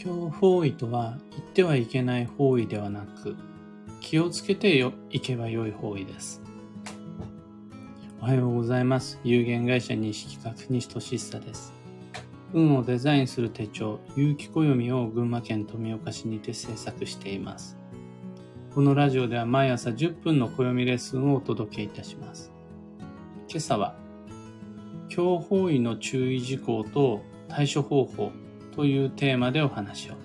強方位とは言ってはいけない方位ではなく、気をつけていけばよい方位です。おはようございます。有限会社西企画西俊久です。運をデザインする手帳、有機暦を群馬県富岡市にて制作しています。このラジオでは毎朝10分の暦レッスンをお届けいたします。今朝は、強方位の注意事項と対処方法というテーマでお話を。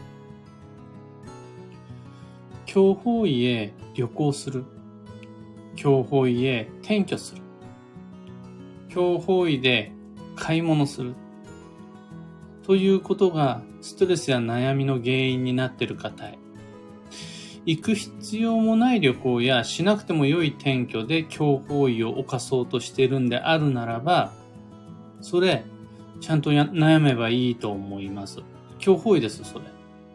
強方位へ旅行する。強方位へ転居する。強方位で買い物する。ということがストレスや悩みの原因になっている方へ。行く必要もない旅行やしなくても良い転居で強方位を犯そうとしているんであるならば、それ、ちゃんと悩めばいいと思います。強方位です、それ。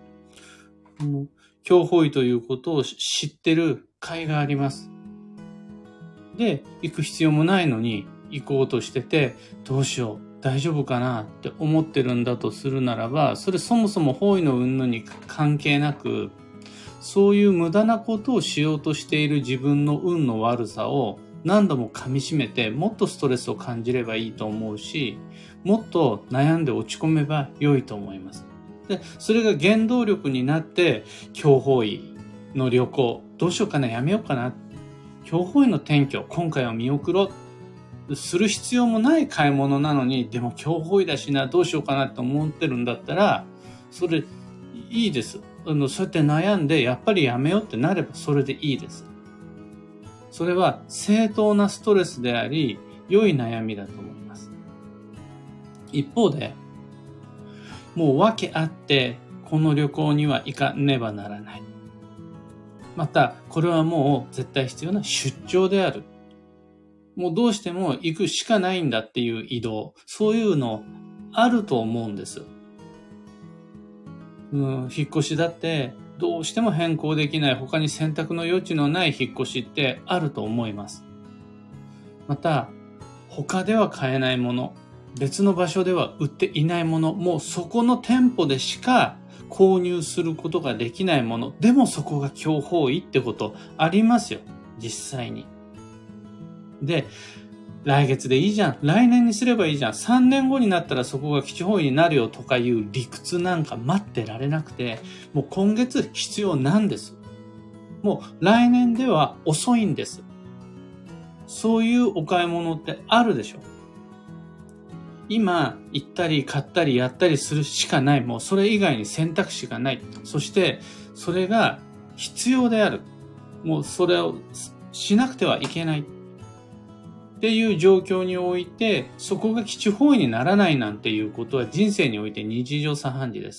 強方位ということを知ってる甲斐があります。で、行く必要もないのに行こうとしてて、どうしよう、大丈夫かなって思ってるんだとするならば、それそもそも方位の云々に関係なく、そういう無駄なことをしようとしている自分の運の悪さを何度も噛み締めて、もっとストレスを感じればいいと思うし、もっと悩んで落ち込めば良いと思います。で、それが原動力になって、強方位の旅行、どうしようかな、やめようかな。強方位の転居、今回は見送ろう。する必要もない買い物なのに、でも強方位だしな、どうしようかなって思ってるんだったら、それいいです。そうやって悩んで、やっぱりやめようってなればそれでいいです。それは正当なストレスであり、良い悩みだと思います。一方で、もう訳あって、この旅行には行かねばならない。また、これはもう絶対必要な出張である。もうどうしても行くしかないんだっていう移動、そういうのあると思うんです。引っ越しだってどうしても変更できない、他に選択の余地のない引っ越しってあると思います。また、他では買えないもの、別の場所では売っていないもの、もうそこの店舗でしか購入することができないもの、でもそこが強方位ってことありますよ、実際に。で、来月でいいじゃん、来年にすればいいじゃん、3年後になったらそこが基地方位になるよとかいう理屈なんか待ってられなくて、もう今月必要なんです。もう来年では遅いんです。そういうお買い物ってあるでしょ。今行ったり買ったりやったりするしかない。もうそれ以外に選択肢がない。そしてそれが必要である。もうそれをしなくてはいけない。っていう状況において、そこが基地方位にならないなんていうことは人生において日常茶飯事です。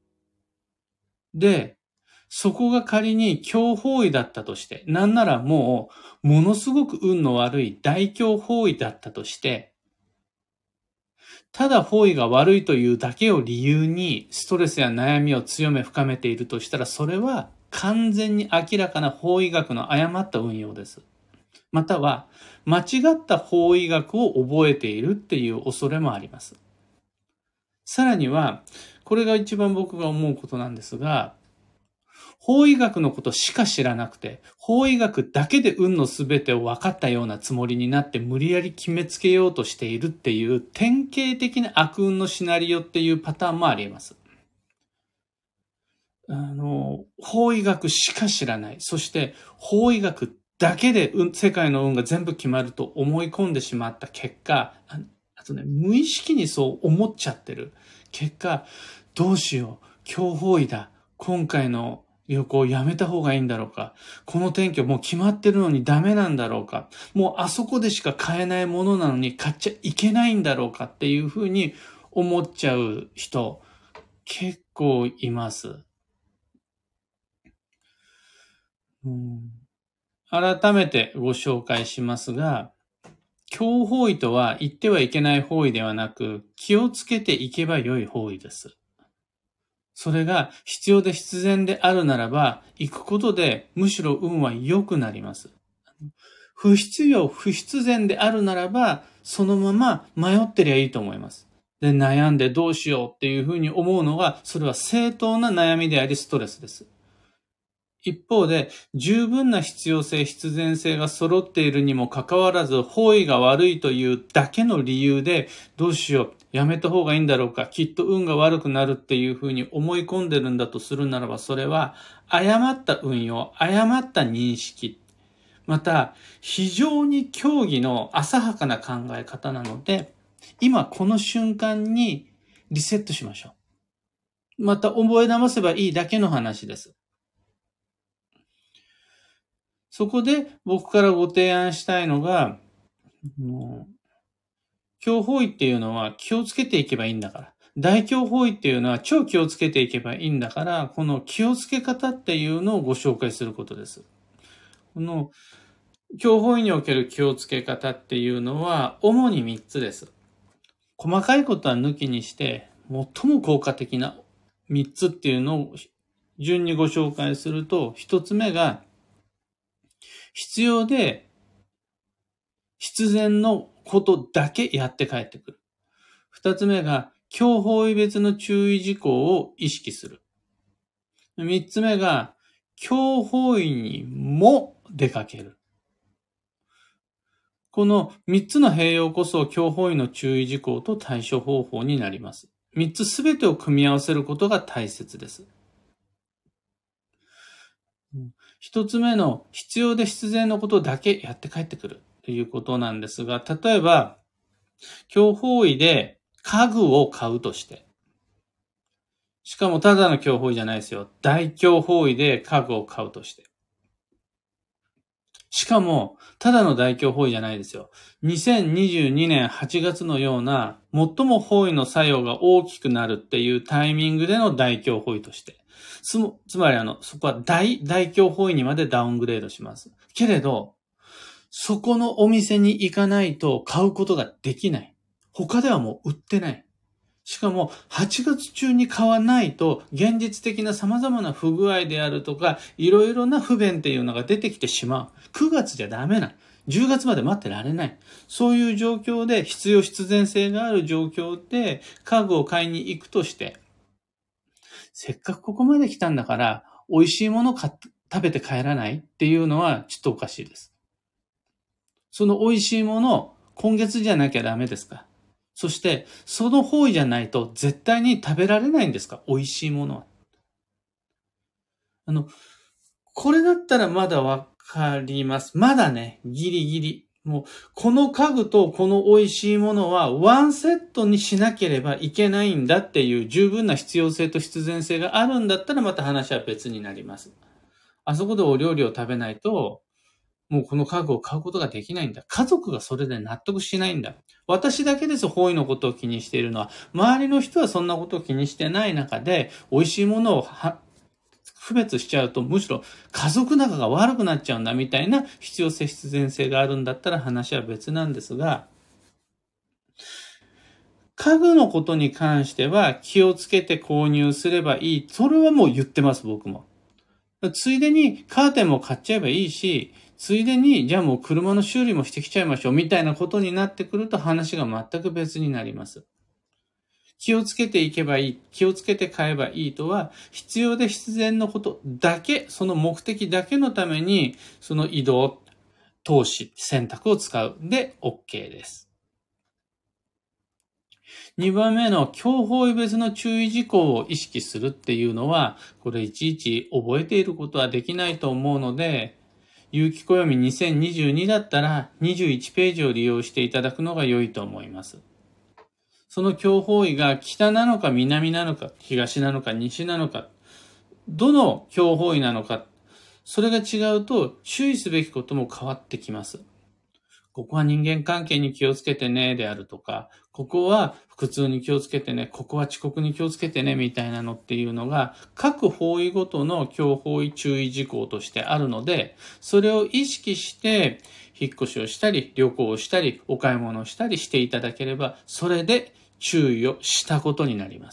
で、そこが仮に強方位だったとして、なんならもうものすごく運の悪い大強方位だったとして、ただ方位が悪いというだけを理由にストレスや悩みを強め深めているとしたら、それは完全に明らかな方位学の誤った運用です。または間違った方位学を覚えているっていう恐れもあります。さらには、これが一番僕が思うことなんですが、方位学のことしか知らなくて、方位学だけで運のすべてを分かったようなつもりになって無理やり決めつけようとしているっていう典型的な悪運のシナリオっていうパターンもあります。方位学しか知らない。そして方位学だけで世界の運が全部決まると思い込んでしまった結果、あとね、無意識にそう思っちゃってる結果、どうしよう、強方位だ、今回の旅行やめた方がいいんだろうか、この転居もう決まってるのにダメなんだろうか、もうあそこでしか買えないものなのに買っちゃいけないんだろうかっていうふうに思っちゃう人、結構います。改めてご紹介しますが、強方位とは言ってはいけない方位ではなく、気をつけていけば良い方位です。それが必要で必然であるならば、行くことでむしろ運は良くなります。不必要、不必然であるならば、そのまま迷ってりゃいいと思います。 で悩んでどうしようっていうふうに思うのが、それは正当な悩みでありストレスです。一方で、十分な必要性、必然性が揃っているにもかかわらず、方位が悪いというだけの理由で、どうしよう、やめた方がいいんだろうか、きっと運が悪くなるっていうふうに思い込んでるんだとするならば、それは誤った運用、誤った認識、また、非常に教義の浅はかな考え方なので、今この瞬間にリセットしましょう。また覚え直せばいいだけの話です。そこで僕からご提案したいのが、強方位っていうのは気をつけていけばいいんだから。大強方位っていうのは超気をつけていけばいいんだから、この気をつけ方っていうのをご紹介することです。この強方位における気をつけ方っていうのは主に3つです。細かいことは抜きにして、最も効果的な3つっていうのを順にご紹介すると、1つ目が必要で必然のことだけやって帰ってくる。2つ目が強方位別の注意事項を意識する。3つ目が強方位にも出かける。この3つの併用こそ強方位の注意事項と対処方法になります。3つすべてを組み合わせることが大切です。1つ目の必要で必然のことだけやって帰ってくるということなんですが、例えば、強方位で家具を買うとして、しかもただの強方位じゃないですよ。大強方位で家具を買うとして。しかも、ただの大強方位じゃないですよ。2022年8月のような、最も方位の作用が大きくなるっていうタイミングでの大強方位として。つまりそこは大強方位にまでダウングレードします。けれど、そこのお店に行かないと買うことができない。他ではもう売ってない。しかも8月中に買わないと現実的な様々な不具合であるとかいろいろな不便っていうのが出てきてしまう。9月じゃダメな。10月まで待ってられない。そういう状況で必要必然性がある状況で家具を買いに行くとして、せっかくここまで来たんだから美味しいもの食べて帰らないっていうのはちょっとおかしいです。その美味しいもの今月じゃなきゃダメですか？そして、その方位じゃないと絶対に食べられないんですか？美味しいものは。これだったらまだわかります。まだね、ギリギリ。もう、この家具とこの美味しいものはワンセットにしなければいけないんだっていう十分な必要性と必然性があるんだったらまた話は別になります。あそこでお料理を食べないと、もうこの家具を買うことができないんだ。家族がそれで納得しないんだ。私だけです方位のことを気にしているのは、周りの人はそんなことを気にしてない中で、美味しいものを区別しちゃうと、むしろ家族仲が悪くなっちゃうんだみたいな必要性必然性があるんだったら話は別なんですが、家具のことに関しては気をつけて購入すればいい。それはもう言ってます、僕も。ついでにカーテンも買っちゃえばいいし、ついでにじゃあもう車の修理もしてきちゃいましょうみたいなことになってくると話が全く別になります。気をつけていけばいい、気をつけて買えばいいとは、必要で必然のことだけ、その目的だけのために、その移動、投資、選択を使うで OK です。2番目の強方位別の注意事項を意識するっていうのは、これいちいち覚えていることはできないと思うので、有機暦2022だったら21ページを利用していただくのが良いと思います。その強方位が北なのか南なのか東なのか西なのか、どの強方位なのか、それが違うと注意すべきことも変わってきます。ここは人間関係に気をつけてねであるとか、ここは腹痛に気をつけてね、ここは遅刻に気をつけてねみたいなのっていうのが各方位ごとの強方位注意事項としてあるので、それを意識して引っ越しをしたり旅行をしたりお買い物をしたりしていただければ、それで注意をしたことになります。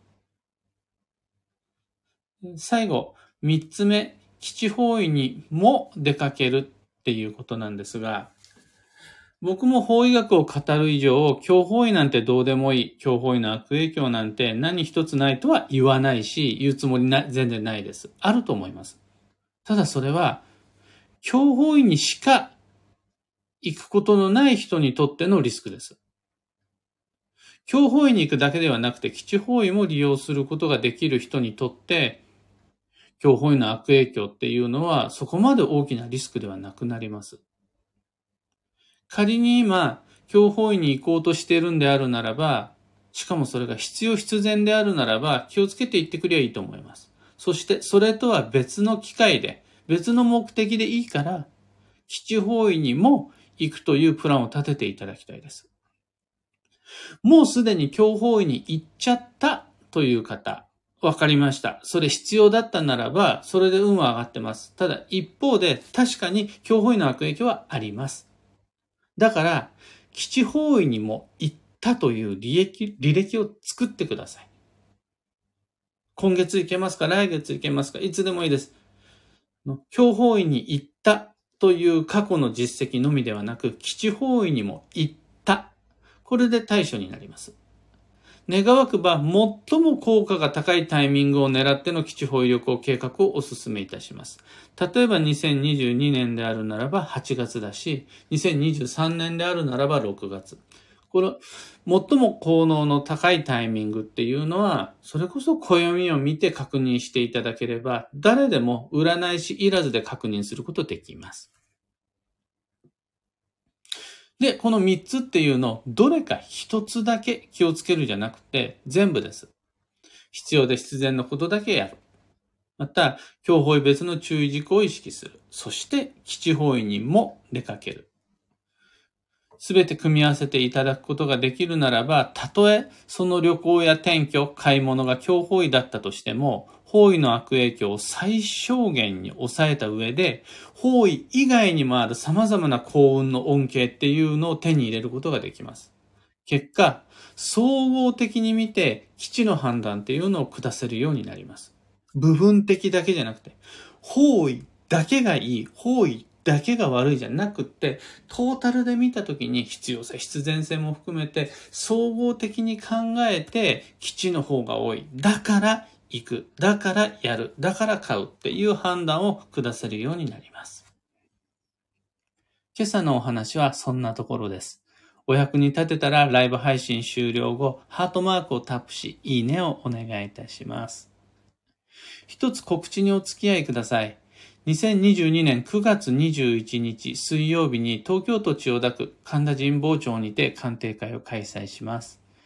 最後、3つ目、基地方位にも出かけるっていうことなんですが、 僕も法医学を語る以上、強法医なんてどうでもいい。強法医の悪影響なんて何一つないとは言わないし、言うつもり全然ないです。あると思います。ただそれは、強法医にしか行くことのない人にとってのリスクです。強法医に行くだけではなくて、基地法医も利用することができる人にとって、強法医の悪影響っていうのはそこまで大きなリスクではなくなります。仮に今、強法医に行こうとしているんであるならば、しかもそれが必要必然であるならば、気をつけて行ってくればいいと思います。そして、それとは別の機会で、別の目的でいいから、基地法医にも行くというプランを立てていただきたいです。もうすでに強法医に行っちゃったという方、わかりました。それ必要だったならば、それで運は上がってます。ただ一方で、確かに強法医の悪影響はあります。だから、基地方位にも行ったという履歴を作ってください。今月行けますか？来月行けますか？いつでもいいです。強方位に行ったという過去の実績のみではなく、基地方位にも行った。これで対処になります。願わくば、最も効果が高いタイミングを狙っての基地方位旅行計画をお勧めいたします。例えば2022年であるならば8月だし、2023年であるならば6月。これ、最も効能の高いタイミングっていうのは、それこそ暦を見て確認していただければ、誰でも占い師いらずで確認することできます。で、この3つっていうのをどれか1つだけ気をつけるじゃなくて全部です。必要で必然のことだけやる。また、強法医別の注意事項を意識する。そして、基地方位にも出かける。すべて組み合わせていただくことができるならば、たとえその旅行や転居、買い物が強法位だったとしても、方位の悪影響を最小限に抑えた上で、方位以外にもある様々な幸運の恩恵っていうのを手に入れることができます。結果、総合的に見て基地の判断っていうのを下せるようになります。部分的だけじゃなくて、方位だけがいい、方位だけが悪いじゃなくって、トータルで見たときに必要性、必然性も含めて、総合的に考えて、基地の方が多い。だから行く。だからやる。だから買うっていう判断を下せるようになります。今朝のお話はそんなところです。お役に立てたらライブ配信終了後、ハートマークをタップし、いいねをお願いいたします。一つ告知にお付き合いください。2022年9月21日水曜日に東京都千代田区神田神保町にて鑑定会を開催します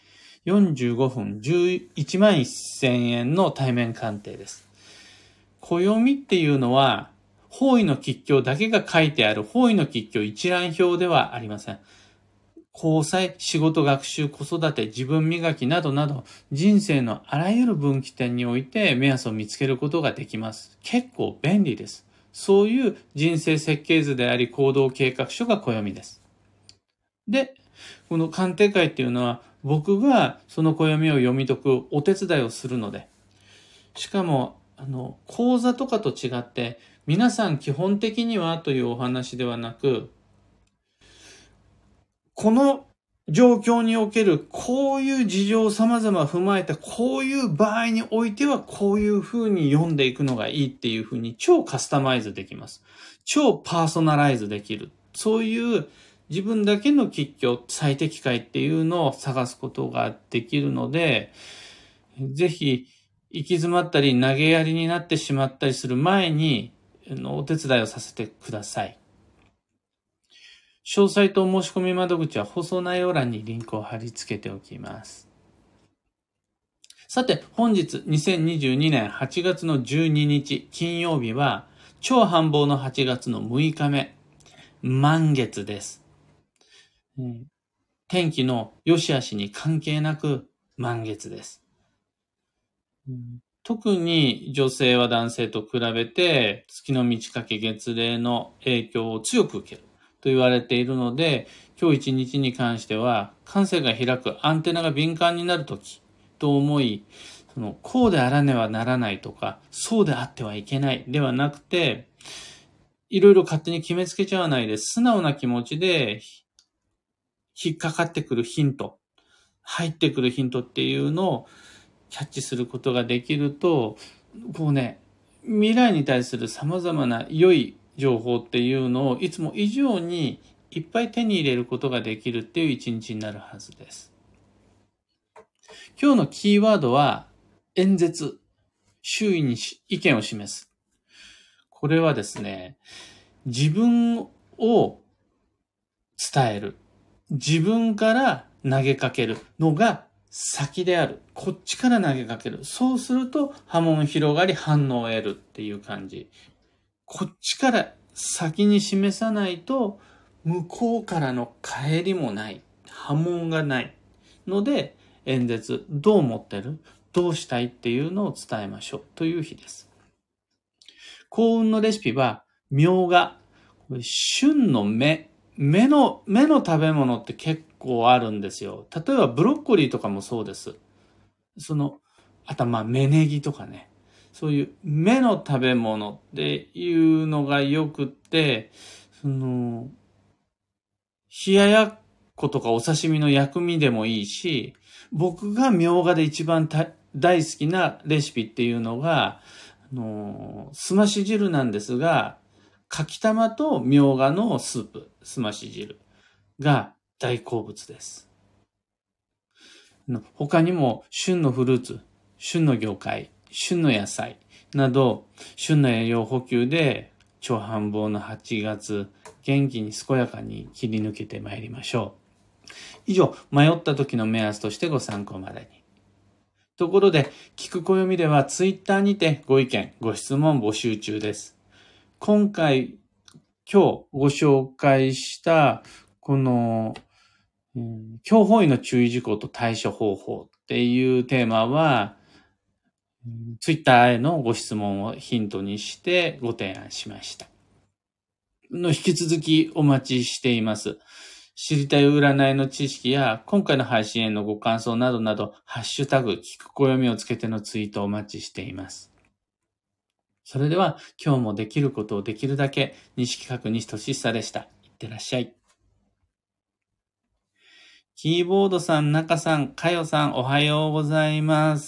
。45分11万1000円の対面鑑定です。暦っていうのは、方位の吉凶だけが書いてある方位の吉凶一覧表ではありません。交際、仕事、学習、子育て、自分磨きなどなど、人生のあらゆる分岐点において目安を見つけることができます。結構便利です。そういう人生設計図であり行動計画書が暦です。で、この鑑定会っていうのは、僕がその暦を読み解くお手伝いをするので、しかも、講座とかと違って、皆さん基本的にはというお話ではなく、この状況におけるこういう事情を様々踏まえたこういう場合においてはこういう風に読んでいくのがいいっていう風に超カスタマイズできます。超パーソナライズできる。そういう自分だけの吉凶、最適解っていうのを探すことができるので、ぜひ行き詰まったり投げやりになってしまったりする前にお手伝いをさせてください。詳細と申し込み窓口は放送内容欄にリンクを貼り付けておきます。さて、本日2022年8月の12日金曜日は超繁忙の8月の6日目、満月です。天気の良し悪しに関係なく満月です。特に女性は男性と比べて月の満ち欠け月齢の影響を強く受けると言われているので、今日一日に関しては感性が開くアンテナが敏感になるときと思い、こうであらねばならないとか、そうであってはいけないではなくて、いろいろ勝手に決めつけちゃわないで素直な気持ちで引っかかってくるヒント、入ってくるヒントっていうのをキャッチすることができると、こうね、未来に対する様々な良い情報っていうのをいつも以上にいっぱい手に入れることができるっていう一日になるはずです。今日のキーワードは演説、周囲に意見を示す。これはですね、自分を伝える。自分から投げかけるのが先である。こっちから投げかける。そうすると波紋広がり反応を得るっていう感じ。こっちから先に示さないと向こうからの帰りもない。波紋がない。ので演説どう思ってる？どうしたいっていうのを伝えましょうという日です。幸運のレシピはみょうが。旬の芽の食べ物って結構あるんですよ。例えばブロッコリーとかもそうです。あとは芽ネギとかね。そういう芽の食べ物っていうのがよくって、冷ややっことかお刺身の薬味でもいいし、僕がみょうがで一番大好きなレシピっていうのが、すまし汁なんですが、かきたまとみょうがのスープ、すまし汁が大好物です。他にも旬のフルーツ、旬の魚介、旬の野菜など、旬の栄養補給で超繁忙の8月、元気に健やかに切り抜けてまいりましょう。以上、迷った時の目安としてご参考までに。ところで、聞く暦ではツイッターにてご意見、ご質問募集中です。今日ご紹介した、この、強法医の注意事項と対処方法っていうテーマは、ツイッターへのご質問をヒントにしてご提案しました。引き続きお待ちしています。知りたい占いの知識や今回の配信へのご感想などなど、ハッシュタグ聞く暦をつけてのツイートをお待ちしています。それでは今日もできることをできるだけ、西企画西俊久でした。いってらっしゃい。キーボードさん、中さん、かよさん、おはようございます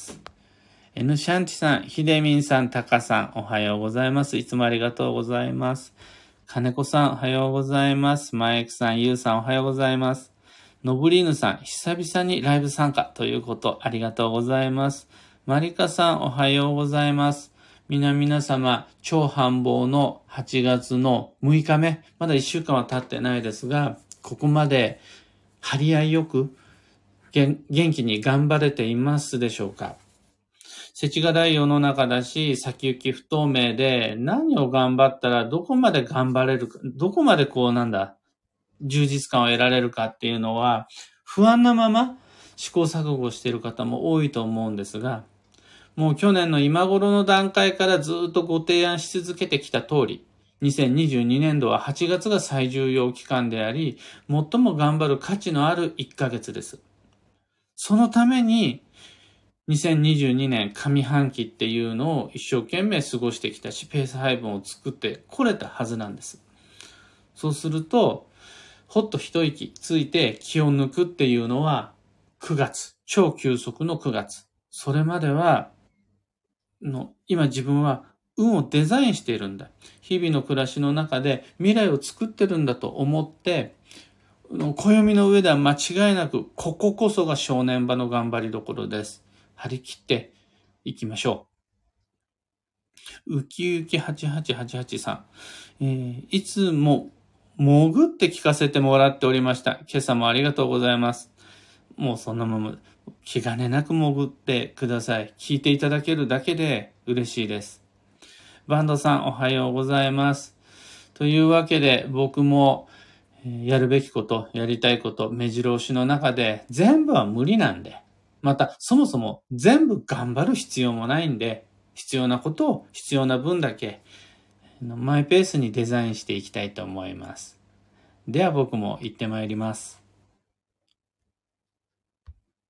。N シャンティさん、ひでみんさん、たかさん、おはようございます。いつもありがとうございます。金子さん、おはようございます。マイクさん、ゆうさん、おはようございます。ノブリーヌさん、久々にライブ参加ということ、ありがとうございます。マリカさん、おはようございます。皆様、超繁忙の8月の6日目、まだ1週間は経ってないですが、ここまで張り合いよく元気に頑張れていますでしょうか？世知辛い世の中だし、先行き不透明で、何を頑張ったらどこまで頑張れるか、どこまで充実感を得られるかっていうのは、不安なまま試行錯誤している方も多いと思うんですが、もう去年の今頃の段階からずっとご提案し続けてきた通り、2022年度は8月が最重要期間であり、最も頑張る価値のある1ヶ月です。そのために、2022年上半期っていうのを一生懸命過ごしてきたし、ペース配分を作ってこれたはずなんです。そうすると、ほっと一息ついて気を抜くっていうのは9月、超急速の9月。それまでは、今自分は運をデザインしているんだ。日々の暮らしの中で未来を作ってるんだと思って、暦の上では間違いなく、こここそが正念場の頑張りどころです。張り切っていきましょう。ウキウキ8888さん。いつも潜って聞かせてもらっておりました。今朝もありがとうございます。もうそんなまま気兼ねなく潜ってください。聞いていただけるだけで嬉しいです。バンドさんおはようございます。というわけで僕もやるべきこと、やりたいこと、目白押しの中で全部は無理なんで、またそもそも全部頑張る必要もないんで、必要なことを必要な分だけマイペースにデザインしていきたいと思います。では僕も行ってまいります。